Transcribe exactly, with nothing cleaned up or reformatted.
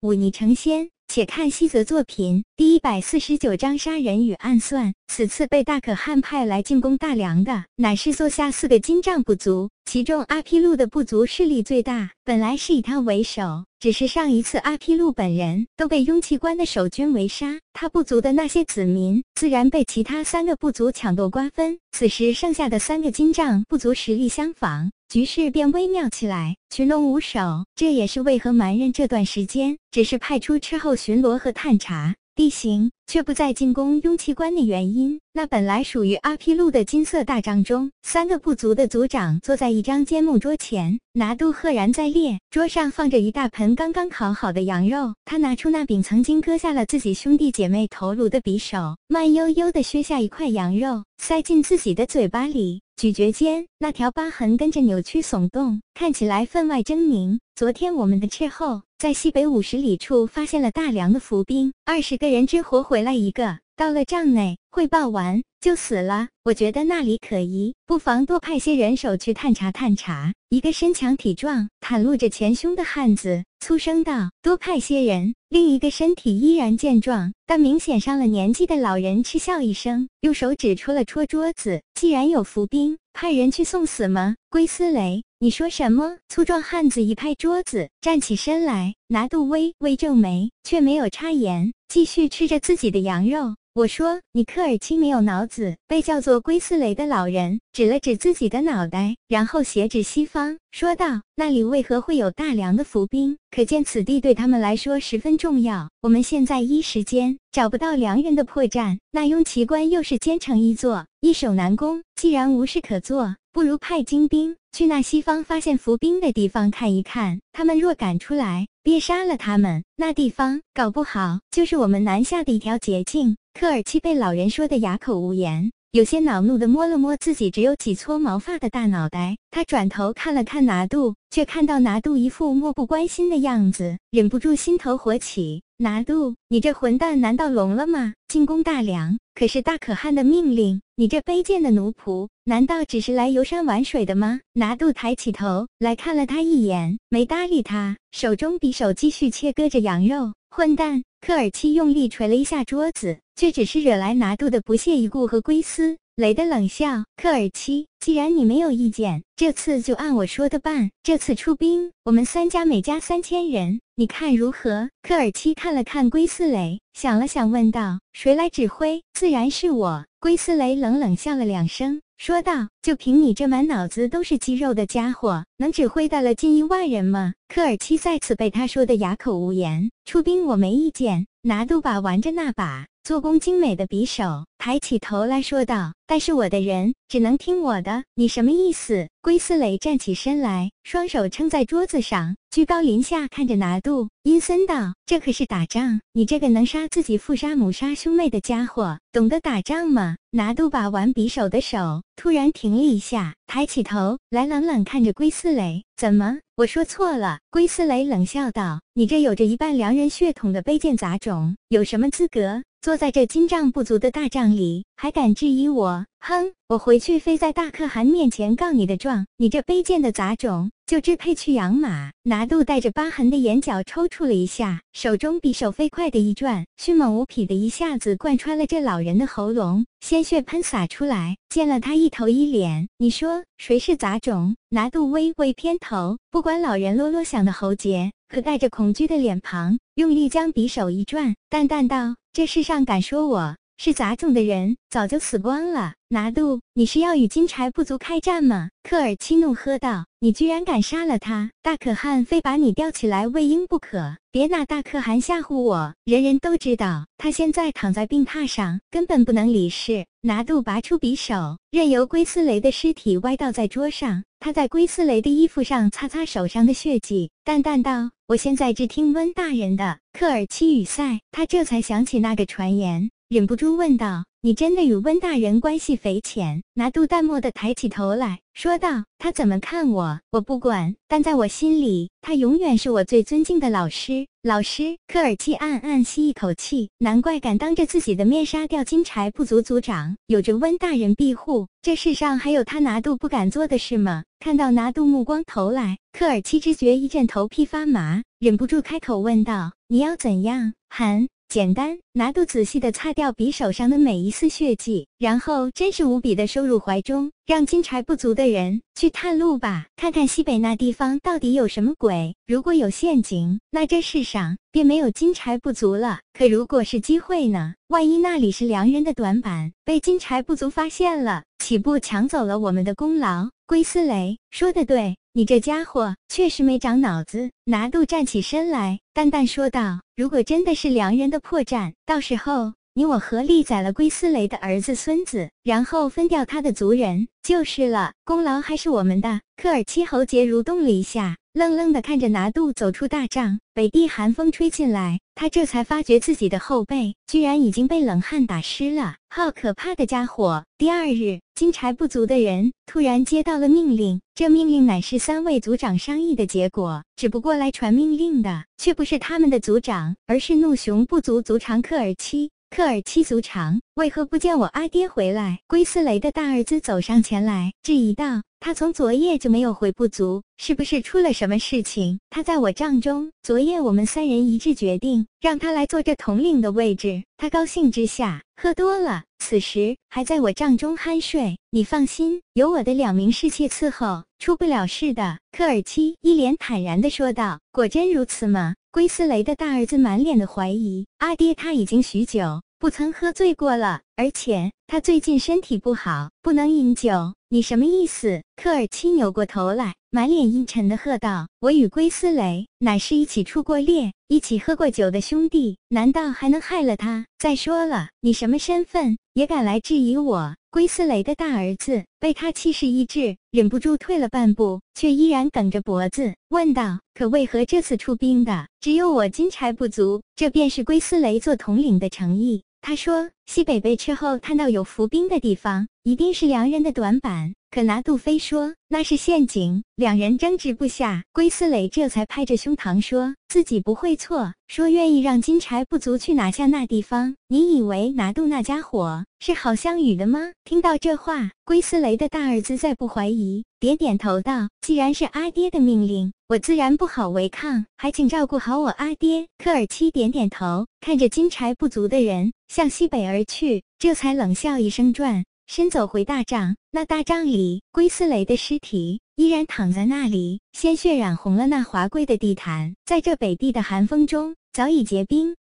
忤逆成仙。且看西则作品第一百四十九章杀人与暗算。此次被大可汗派来进攻大梁的，乃是座下四个金帐部族，其中阿毗卢的部族势力最大，本来是以他为首，只是上一次阿毗卢本人都被雍奇关的守军围杀，他部族的那些子民自然被其他三个部族抢夺瓜分。此时剩下的三个金帐部族实力相仿，局势便微妙起来，群龙无首。这也是为何蛮人这段时间只是派出斥候巡逻和探查地形，却不再进攻雍奇关的原因。那本来属于阿毗卢的金色大帐中，三个部族的族长坐在一张尖木桌前，拿度赫然在列，桌上放着一大盆刚刚烤好的羊肉。他拿出那柄曾经割下了自己兄弟姐妹头颅的匕首，慢悠悠地削下一块羊肉，塞进自己的嘴巴里。咀嚼间，那条疤痕跟着扭曲耸动，看起来分外狰狞。昨天我们的斥候在西北五十里处发现了大梁的伏兵，二十个人之活回来一个，到了帐内汇报完就死了。我觉得那里可疑，不妨多派些人手去探查探查。一个身强体壮、袒露着前胸的汉子粗声道：“多派些人。”另一个身体依然健壮，但明显上了年纪的老人嗤笑一声，用手指戳了戳桌子：“既然有伏兵，派人去送死吗？”龟斯雷，你说什么？粗壮汉子一拍桌子，站起身来。拿度微微皱眉，却没有插言，继续吃着自己的羊肉。我说，你科尔沁没有脑子。被叫做龟斯雷的老人指了指自己的脑袋，然后斜指西方，说道：“那里为何会有大量的伏兵？可见此地对他们来说十分重要。我们现在一时间找不到良人的破绽，那雍奇关又是坚城一座，易守难攻。既然无事可做，不如派精兵去那西方发现伏兵的地方看一看。他们若赶出来，别杀了他们，那地方搞不好就是我们南下的一条捷径。”科尔沁被老人说得哑口无言，有些恼怒地摸了摸自己只有几撮毛发的大脑袋。他转头看了看拿度，却看到拿度一副漠不关心的样子，忍不住心头火起。拿度，你这混蛋难道聋了吗？进攻大梁可是大可汗的命令，你这卑贱的奴仆难道只是来游山玩水的吗？拿度抬起头来看了他一眼，没搭理他，手中匕首继续切割着羊肉。混蛋！科尔沁用力捶了一下桌子，却只是惹来拿度的不屑一顾和龟斯雷的冷笑。科尔沁，既然你没有意见，这次就按我说的办。这次出兵，我们三家每家三千人，你看如何？科尔沁看了看龟斯雷，想了想问道：“谁来指挥？”“自然是我。”龟斯雷冷冷笑了两声，说道：“就凭你这满脑子都是肌肉的家伙，能指挥得了近一万人吗？”科尔沁再次被他说得哑口无言。出兵我没意见。拿度把玩着那把做工精美的匕首，抬起头来说道：“但是我的人只能听我的。”“你什么意思？”龟斯雷站起身来，双手撑在桌子上，居高临下看着拿度，阴森道：“这可是打仗，你这个能杀自己父杀母杀兄妹的家伙，懂得打仗吗？”拿度把玩匕首的手突然停了一下，抬起头来冷冷看着龟斯雷：“怎么？我说错了？”龟斯雷冷笑道：“你这有着一半良人血统的卑贱杂种，有什么资格坐在这金帐部族的大帐里，还敢质疑我？哼，我回去非在大可汗面前告你的状，你这卑贱的杂种就支配去养马。”拿度带着疤痕的眼角抽搐了一下，手中匕首飞快的一转，迅猛无匹的一下子贯穿了这老人的喉咙，鲜血喷洒出来，溅了他一头一脸。“你说谁是杂种？”拿度微微偏头，不管老人啰啰响的喉结和带着恐惧的脸庞，用力将匕首一转，淡淡道：“这世上敢说我是杂种的人早就死光了。”“拿度，你是要与金柴部族开战吗？”科尔沁怒喝道：“你居然敢杀了他！大可汗非把你吊起来喂鹰不可！别拿大可汗吓唬我！人人都知道，他现在躺在病榻上，根本不能理事。”拿度拔出匕首，任由龟斯雷的尸体歪倒在桌上。他在龟斯雷的衣服上擦擦手上的血迹，淡淡道：“我现在只听温大人的。”科尔沁语塞，他这才想起那个传言，忍不住问道：“ 你真的与温大人关系匪浅。拿度淡漠地抬起头来，说道：“他怎么看我，我不管，但在我心里，他永远是我最尊敬的老师。”老师，科尔基暗暗吸一口气，难怪敢当着自己的面杀掉金柴部族族长，有着温大人庇护，这世上还有他拿度不敢做的事吗？看到拿度目光投来，科尔基只觉一阵头皮发麻，忍不住开口问道：“你要怎样？”韩。简单，拿度仔细地擦掉匕首上的每一丝血迹，然后真是无比地收入怀中，让金柴部族的人去探路吧，看看西北那地方到底有什么鬼。如果有陷阱，那这世上便没有金柴部族了。可如果是机会呢？万一那里是良人的短板，被金柴部族发现了，岂不抢走了我们的功劳？龟斯雷说得对，你这家伙确实没长脑子。拿度站起身来，淡淡说道：“如果真的是良人的破绽，到时候你我合力宰了龟斯雷的儿子孙子，然后分掉他的族人就是了，功劳还是我们的。”科尔七喉结蠕动了一下，愣愣地看着拿度走出大帐。北地寒风吹进来，他这才发觉自己的后背居然已经被冷汗打湿了。好可怕的家伙！第二日，金柴部族的人突然接到了命令，这命令乃是三位族长商议的结果，只不过来传命令的却不是他们的族长，而是怒熊部族族长科尔七。科尔七族长，为何不见我阿爹回来？龟斯雷的大儿子走上前来，质疑道：“他从昨夜就没有回部族，是不是出了什么事情？他在我帐中，昨夜我们三人一致决定，让他来做这统领的位置。他高兴之下喝多了，此时还在我帐中酣睡。你放心，有我的两名侍妾伺候，出不了事的。”科尔七一脸坦然地说道：“果真如此吗？”龟斯雷的大儿子满脸的怀疑，阿爹他已经许久不曾喝醉过了，而且他最近身体不好，不能饮酒。你什么意思？科尔七扭过头来，满脸阴沉地喝道：“我与龟斯雷乃是一起出过猎，一起喝过酒的兄弟，难道还能害了他？再说了，你什么身份，也敢来质疑我？”龟斯雷的大儿子被他气势一滞，忍不住退了半步，却依然梗着脖子问道：“可为何这次出兵的只有我金柴部族？”这便是龟斯雷做统领的诚意。他说：“西北被吃后看到有伏兵的地方，一定是良人的短板。”可拿杜飞说那是陷阱，两人争执不下。龟斯雷这才拍着胸膛说自己不会错，说愿意让金柴部族去拿下那地方。你以为拿杜那家伙是好相与的吗？听到这话，龟斯雷的大儿子再不怀疑，点点头道：“既然是阿爹的命令，我自然不好违抗，还请照顾好我阿爹。”科尔七点点头，看着金柴部族的人向西北而去，这才冷笑一声，转身走回大帐。那大帐里，龟斯雷的尸体依然躺在那里，鲜血染红了那华贵的地毯。在这北地的寒风中，早已结冰。